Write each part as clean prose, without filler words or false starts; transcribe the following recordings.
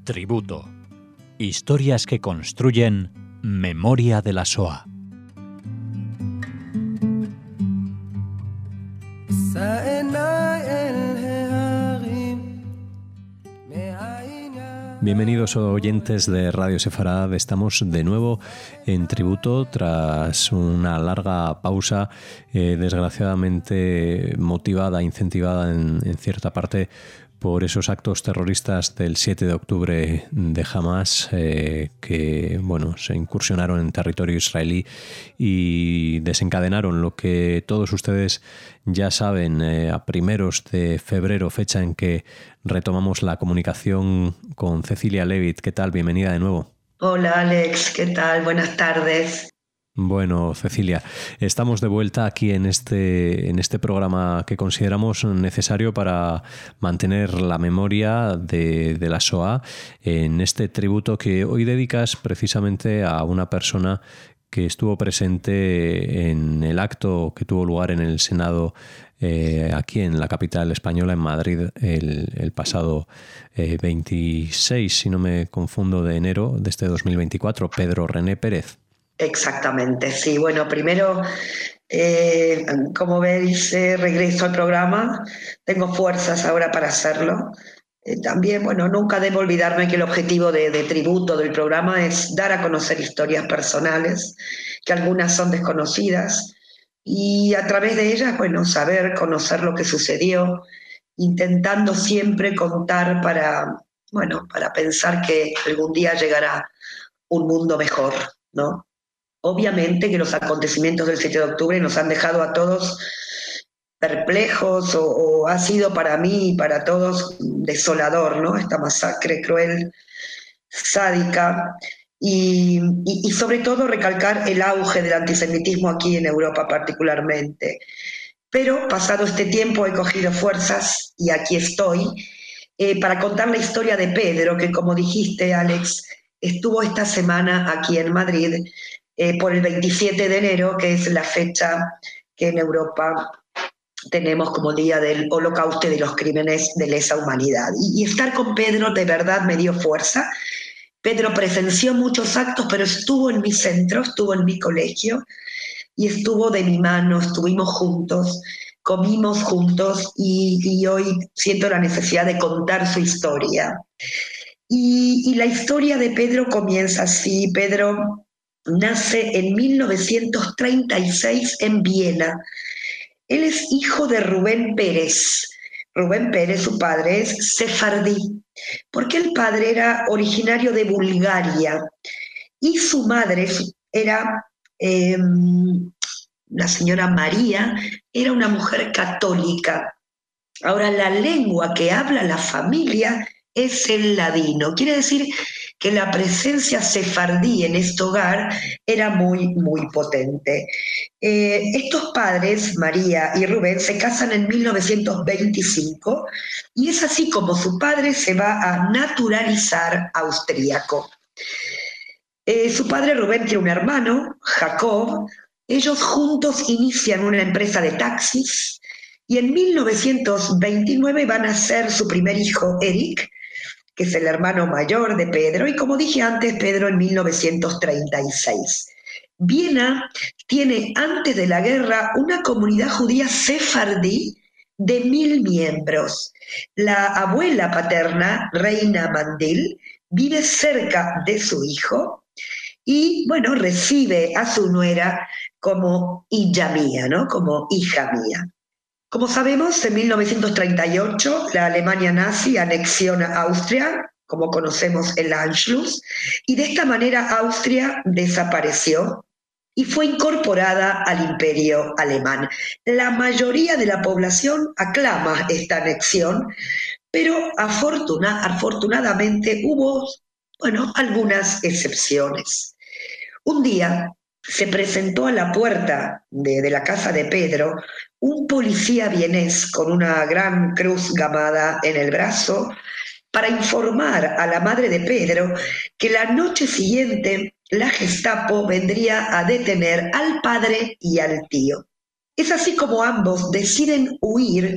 Tributo. Historias que construyen memoria de la Shoah. Bienvenidos oyentes de Radio Sefarad. Estamos de nuevo en Tributo tras una larga pausa, desgraciadamente motivada, incentivada en cierta parte por esos actos terroristas del 7 de octubre de Hamas que se incursionaron en territorio israelí y desencadenaron lo que todos ustedes ya saben, a primeros de febrero, fecha en que retomamos la comunicación con Cecilia Levitt. ¿Qué tal? Bienvenida de nuevo. Hola Alex, ¿qué tal? Buenas tardes. Bueno, Cecilia, estamos de vuelta aquí en este programa que consideramos necesario para mantener la memoria de la Shoah, en este tributo que hoy dedicas precisamente a una persona que estuvo presente en el acto que tuvo lugar en el Senado aquí en la capital española, en Madrid, el pasado 26, si no me confundo, de enero de este 2024, Pedro René Pérez. Exactamente, sí. Bueno, primero, como veis, regreso al programa. Tengo fuerzas ahora para hacerlo. También, nunca debo olvidarme que el objetivo de Tributo del programa es dar a conocer historias personales, que algunas son desconocidas, y a través de ellas, saber, conocer lo que sucedió, intentando siempre contar para pensar que algún día llegará un mundo mejor, ¿no? Obviamente que los acontecimientos del 7 de octubre nos han dejado a todos perplejos o ha sido para mí y para todos desolador, ¿no? Esta masacre cruel, sádica y sobre todo recalcar el auge del antisemitismo aquí en Europa particularmente. Pero pasado este tiempo he cogido fuerzas y aquí estoy para contar la historia de Pedro, que como dijiste, Alex, estuvo esta semana aquí en Madrid por el 27 de enero, que es la fecha que en Europa tenemos como Día del Holocausto y de los Crímenes de Lesa Humanidad. Y estar con Pedro de verdad me dio fuerza. Pedro presenció muchos actos, pero estuvo en mi centro, estuvo en mi colegio y estuvo de mi mano, estuvimos juntos, comimos juntos y hoy siento la necesidad de contar su historia. Y la historia de Pedro comienza así. Pedro nace en 1936 en Viena. Él es hijo de Rubén Pérez. Rubén Pérez, su padre, es sefardí, porque el padre era originario de Bulgaria y su madre era la señora María, era una mujer católica. Ahora, la lengua que habla la familia es el ladino. Quiere decir que la presencia sefardí en este hogar era muy, muy potente. Estos padres, María y Rubén, se casan en 1925 y es así como su padre se va a naturalizar austríaco. Su padre Rubén tiene un hermano, Jacob. Ellos juntos inician una empresa de taxis y en 1929 van a nacer su primer hijo, Eric, que es el hermano mayor de Pedro, y como dije antes, Pedro en 1936. Viena tiene antes de la guerra una comunidad judía sefardí de 1.000 miembros. La abuela paterna, Reina Mandil, vive cerca de su hijo y, recibe a su nuera como hija mía, ¿no? Como hija mía. Como sabemos, en 1938 la Alemania nazi anexiona Austria, como conocemos el Anschluss, y de esta manera Austria desapareció y fue incorporada al Imperio Alemán. La mayoría de la población aclama esta anexión, pero afortunadamente hubo, algunas excepciones. Un día se presentó a la puerta de la casa de Pedro un policía vienés con una gran cruz gamada en el brazo para informar a la madre de Pedro que la noche siguiente la Gestapo vendría a detener al padre y al tío. Es así como ambos deciden huir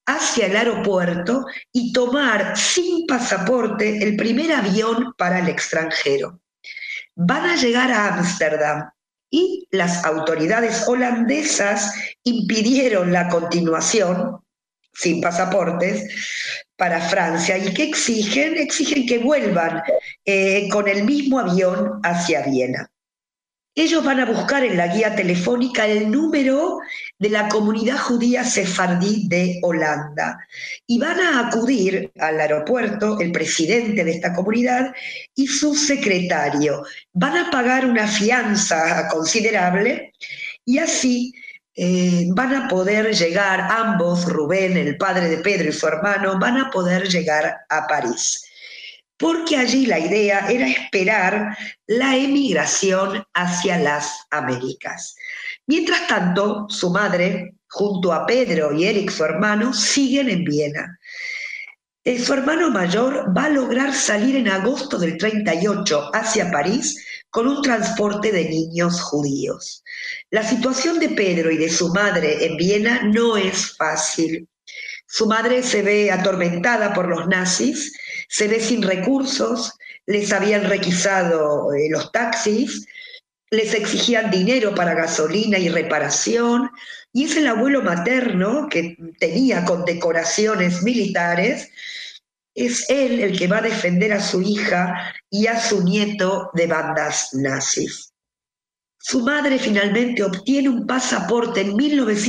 hacia el aeropuerto y tomar sin pasaporte el primer avión para el extranjero. Van a llegar a Ámsterdam y las autoridades holandesas impidieron la continuación sin pasaportes para Francia. ¿Y qué exigen? Exigen que vuelvan con el mismo avión hacia Viena. Ellos van a buscar en la guía telefónica el número de la comunidad judía sefardí de Holanda y van a acudir al aeropuerto el presidente de esta comunidad y su secretario. Van a pagar una fianza considerable y así van a poder llegar ambos, Rubén, el padre de Pedro y su hermano, van a poder llegar a París. Porque allí la idea era esperar la emigración hacia las Américas. Mientras tanto, su madre, junto a Pedro y Eric, su hermano, siguen en Viena. Su hermano mayor va a lograr salir en agosto del 38 hacia París con un transporte de niños judíos. La situación de Pedro y de su madre en Viena no es fácil. Su madre se ve atormentada por los nazis, se ve sin recursos, les habían requisado los taxis, les exigían dinero para gasolina y reparación, y es el abuelo materno, que tenía condecoraciones militares, es él el que va a defender a su hija y a su nieto de bandas nazis. Su madre finalmente obtiene un pasaporte en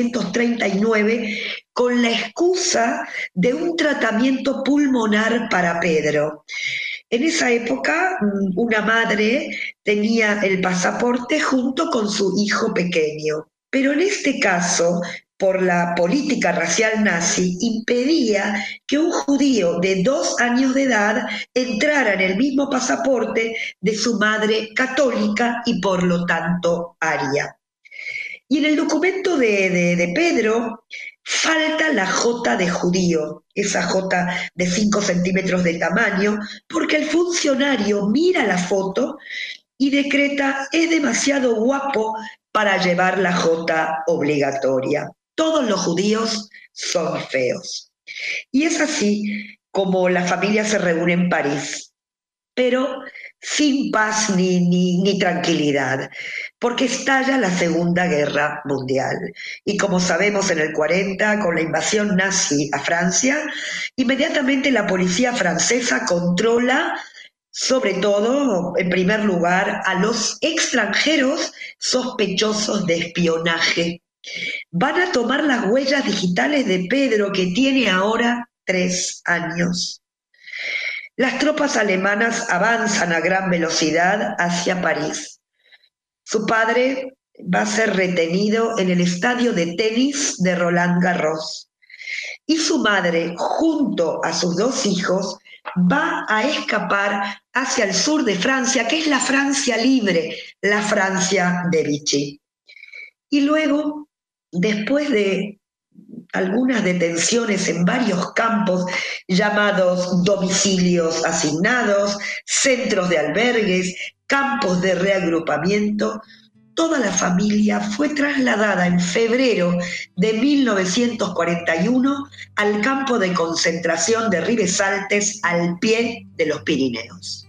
1939 con la excusa de un tratamiento pulmonar para Pedro. En esa época, una madre tenía el pasaporte junto con su hijo pequeño, pero en este caso, por la política racial nazi, impedía que un judío de 2 años de edad entrara en el mismo pasaporte de su madre católica y por lo tanto aria. Y en el documento de Pedro falta la J de judío, esa J de 5 centímetros de tamaño, porque el funcionario mira la foto y decreta: es demasiado guapo para llevar la J obligatoria. Todos los judíos son feos. Y es así como la familia se reúne en París, pero sin paz ni tranquilidad, porque estalla la Segunda Guerra Mundial. Y como sabemos, en el 40, con la invasión nazi a Francia, inmediatamente la policía francesa controla, sobre todo, en primer lugar, a los extranjeros sospechosos de espionaje. Van a tomar las huellas digitales de Pedro, que tiene ahora 3 años. Las tropas alemanas avanzan a gran velocidad hacia París. Su padre va a ser retenido en el estadio de tenis de Roland Garros. Y su madre, junto a sus 2 hijos, va a escapar hacia el sur de Francia, que es la Francia libre, la Francia de Vichy. Y luego, después de algunas detenciones en varios campos llamados domicilios asignados, centros de albergues, campos de reagrupamiento, toda la familia fue trasladada en febrero de 1941 al campo de concentración de Ribesaltes, al pie de los Pirineos.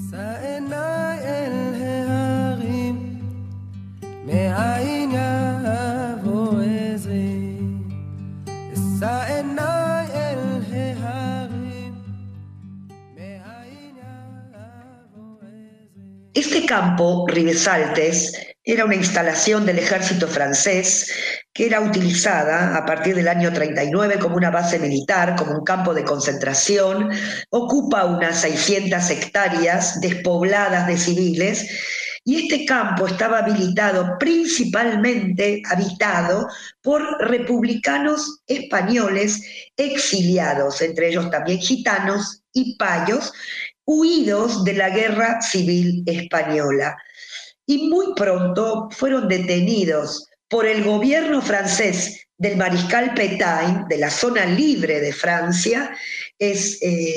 Este campo, Ribesaltes, era una instalación del ejército francés que era utilizada a partir del año 39 como una base militar, como un campo de concentración. Ocupa unas 600 hectáreas despobladas de civiles, y este campo estaba principalmente habitado por republicanos españoles exiliados, entre ellos también gitanos y payos, huidos de la Guerra Civil Española. Y muy pronto fueron detenidos por el gobierno francés del mariscal Pétain, de la zona libre de Francia. Es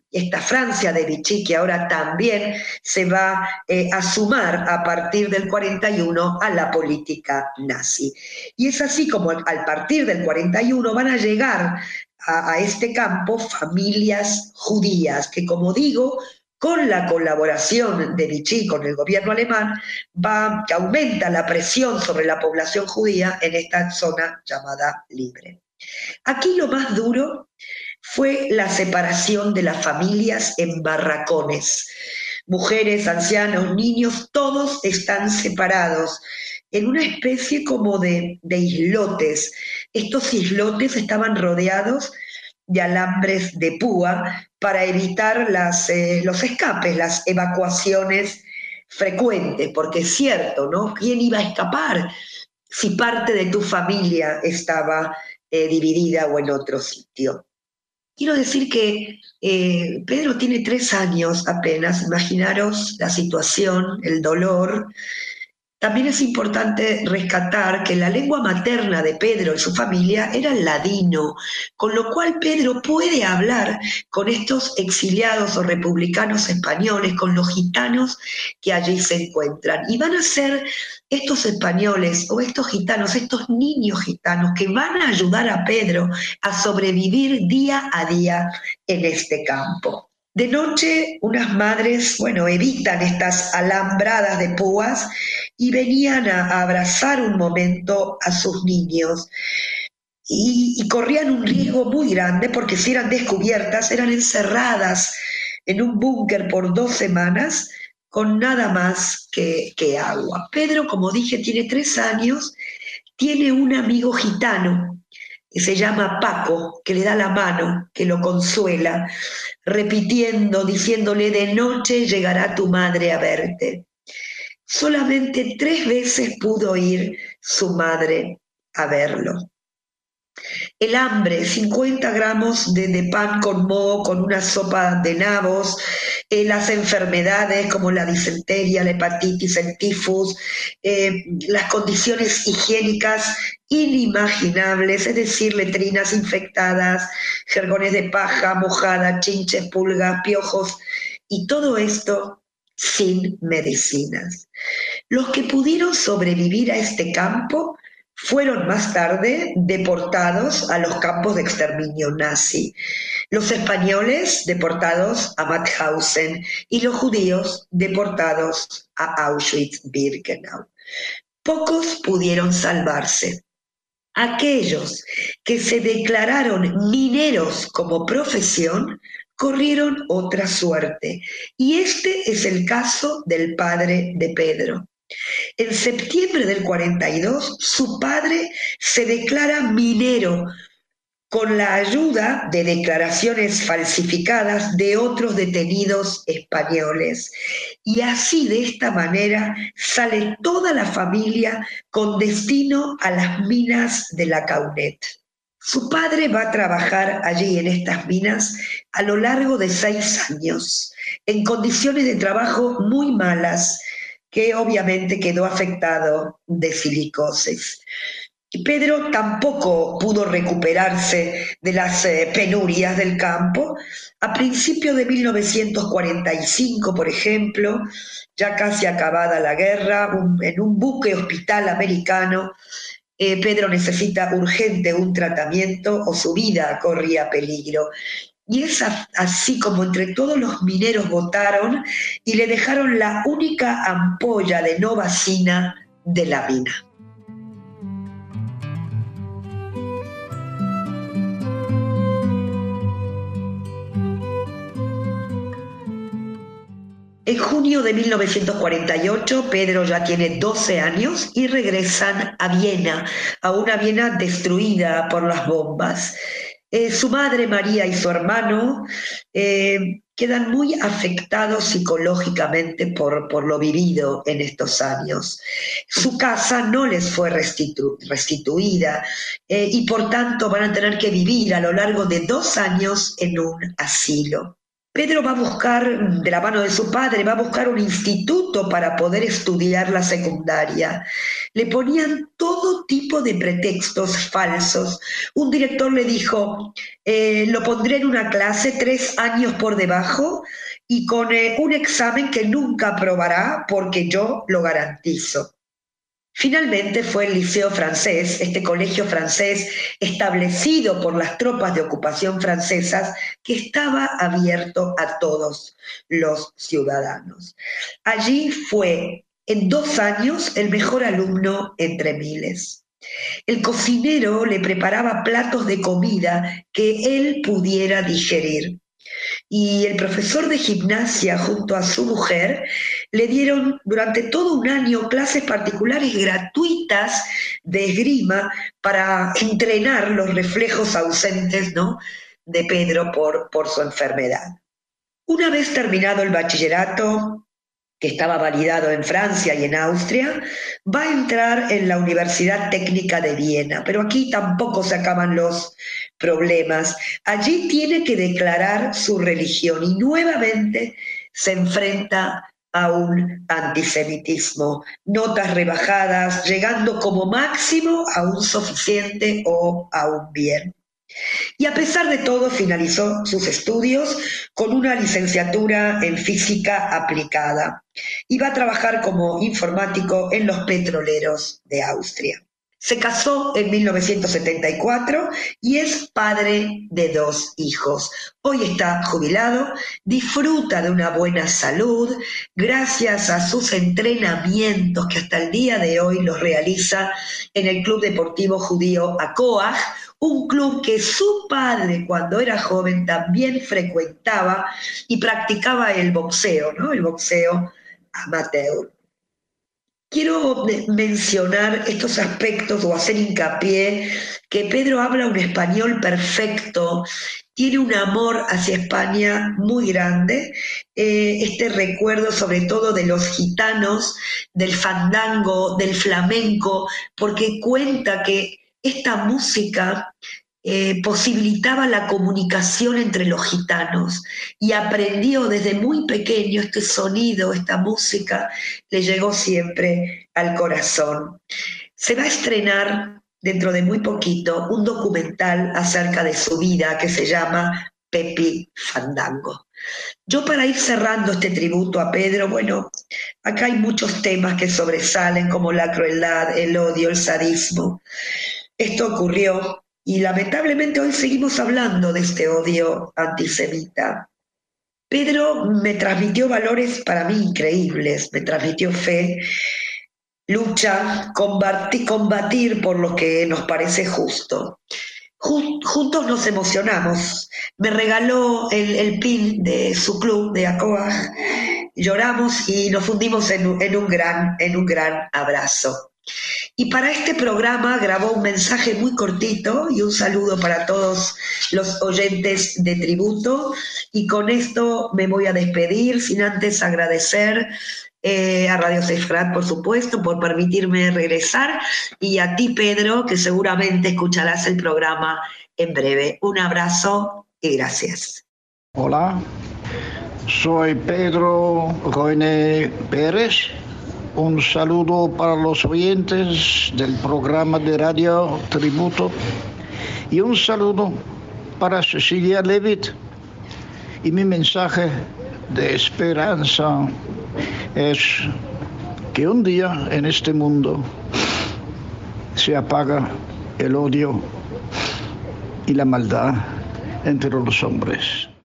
esta Francia de Vichy, que ahora también se va a sumar a partir del 41 a la política nazi. Y es así como al partir del 41 van a llegar a este campo familias judías, que como digo, con la colaboración de Vichy con el gobierno alemán, que aumenta la presión sobre la población judía en esta zona llamada Libre. Aquí lo más duro fue la separación de las familias en barracones. Mujeres, ancianos, niños, todos están separados en una especie como de islotes. Estos islotes estaban rodeados de alambres de púa para evitar los escapes, las evacuaciones frecuentes, porque es cierto, ¿no? ¿Quién iba a escapar si parte de tu familia estaba dividida o en otro sitio? Quiero decir que Pedro tiene 3 años apenas, imaginaros la situación, el dolor. También es importante rescatar que la lengua materna de Pedro y su familia era el ladino, con lo cual Pedro puede hablar con estos exiliados o republicanos españoles, con los gitanos que allí se encuentran. Y van a ser estos españoles o estos gitanos, estos niños gitanos que van a ayudar a Pedro a sobrevivir día a día en este campo. De noche, unas madres, evitan estas alambradas de púas y venían a abrazar un momento a sus niños. Y corrían un riesgo muy grande porque si eran descubiertas, eran encerradas en un búnker por 2 semanas con nada más que agua. Pedro, como dije, tiene 3 años, tiene un amigo gitano que se llama Paco, que le da la mano, que lo consuela, repitiendo, diciéndole: de noche llegará tu madre a verte. Solamente 3 veces pudo ir su madre a verlo. El hambre, 50 gramos de pan con moho, con una sopa de nabos, las enfermedades como la disentería, la hepatitis, el tifus, las condiciones higiénicas inimaginables, es decir, letrinas infectadas, jergones de paja mojada, chinches, pulgas, piojos, y todo esto sin medicinas. Los que pudieron sobrevivir a este campo fueron más tarde deportados a los campos de exterminio nazi. Los españoles deportados a Mauthausen y los judíos deportados a Auschwitz-Birkenau. Pocos pudieron salvarse. Aquellos que se declararon mineros como profesión corrieron otra suerte. Y este es el caso del padre de Pedro. En septiembre del 42, su padre se declara minero con la ayuda de declaraciones falsificadas de otros detenidos españoles. Y así, de esta manera, sale toda la familia con destino a las minas de la Caunet. Su padre va a trabajar allí en estas minas a lo largo de 6 años, en condiciones de trabajo muy malas, que obviamente quedó afectado de silicosis. Pedro tampoco pudo recuperarse de las penurias del campo. A principios de 1945, por ejemplo, ya casi acabada la guerra, en un buque hospital americano, Pedro necesita urgente un tratamiento o su vida corría peligro. Y es así como entre todos los mineros votaron y le dejaron la única ampolla de Novacina de la mina. En junio de 1948, Pedro ya tiene 12 años y regresan a Viena, a una Viena destruida por las bombas. Su madre María y su hermano quedan muy afectados psicológicamente por lo vivido en estos años. Su casa no les fue restituida y por tanto van a tener que vivir a lo largo de 2 años en un asilo. Pedro va a buscar, de la mano de su padre, va a buscar un instituto para poder estudiar la secundaria. Le ponían todo tipo de pretextos falsos. Un director le dijo, lo pondré en una clase 3 años por debajo y con un examen que nunca aprobará porque yo lo garantizo. Finalmente fue el Liceo Francés, este colegio francés establecido por las tropas de ocupación francesas, que estaba abierto a todos los ciudadanos. Allí fue en 2 años el mejor alumno entre miles. El cocinero le preparaba platos de comida que él pudiera digerir. Y el profesor de gimnasia junto a su mujer le dieron durante todo un año clases particulares gratuitas de esgrima para entrenar los reflejos ausentes, ¿no?, de Pedro por su enfermedad. Una vez terminado el bachillerato, que estaba validado en Francia y en Austria, va a entrar en la Universidad Técnica de Viena, pero aquí tampoco se acaban los problemas. Allí tiene que declarar su religión y nuevamente se enfrenta a un antisemitismo, notas rebajadas, llegando como máximo a un suficiente o a un bien. Y a pesar de todo finalizó sus estudios con una licenciatura en física aplicada y va a trabajar como informático en los petroleros de Austria. Se casó en 1974 y es padre de 2 hijos. Hoy está jubilado, disfruta de una buena salud gracias a sus entrenamientos que hasta el día de hoy los realiza en el Club Deportivo Judío Akoach, un club que su padre cuando era joven también frecuentaba y practicaba el boxeo, ¿no?, el boxeo amateur. Quiero mencionar estos aspectos o hacer hincapié que Pedro habla un español perfecto, tiene un amor hacia España muy grande, este recuerdo sobre todo de los gitanos, del fandango, del flamenco, porque cuenta que esta música posibilitaba la comunicación entre los gitanos y aprendió desde muy pequeño este sonido, esta música, le llegó siempre al corazón. Se va a estrenar dentro de muy poquito un documental acerca de su vida que se llama Pepi Fandango. Yo, para ir cerrando este tributo a Pedro, bueno, acá hay muchos temas que sobresalen como la crueldad, el odio, el sadismo. Esto ocurrió y lamentablemente hoy seguimos hablando de este odio antisemita. Pedro me transmitió valores para mí increíbles, me transmitió fe, lucha, combatir por lo que nos parece justo. Juntos nos emocionamos. Me regaló el pin de su club de Akoach, lloramos y nos fundimos en un gran abrazo. Y para este programa grabó un mensaje muy cortito y un saludo para todos los oyentes de Tributo. Y con esto me voy a despedir, sin antes agradecer a Radio Sefrat, por supuesto, por permitirme regresar, y a ti, Pedro, que seguramente escucharás el programa en breve. Un abrazo y gracias. Hola, soy Pedro Roine Pérez. Un saludo para los oyentes del programa de Radio Tributo y un saludo para Cecilia Levitt. Y mi mensaje de esperanza es que un día en este mundo se apaga el odio y la maldad entre los hombres.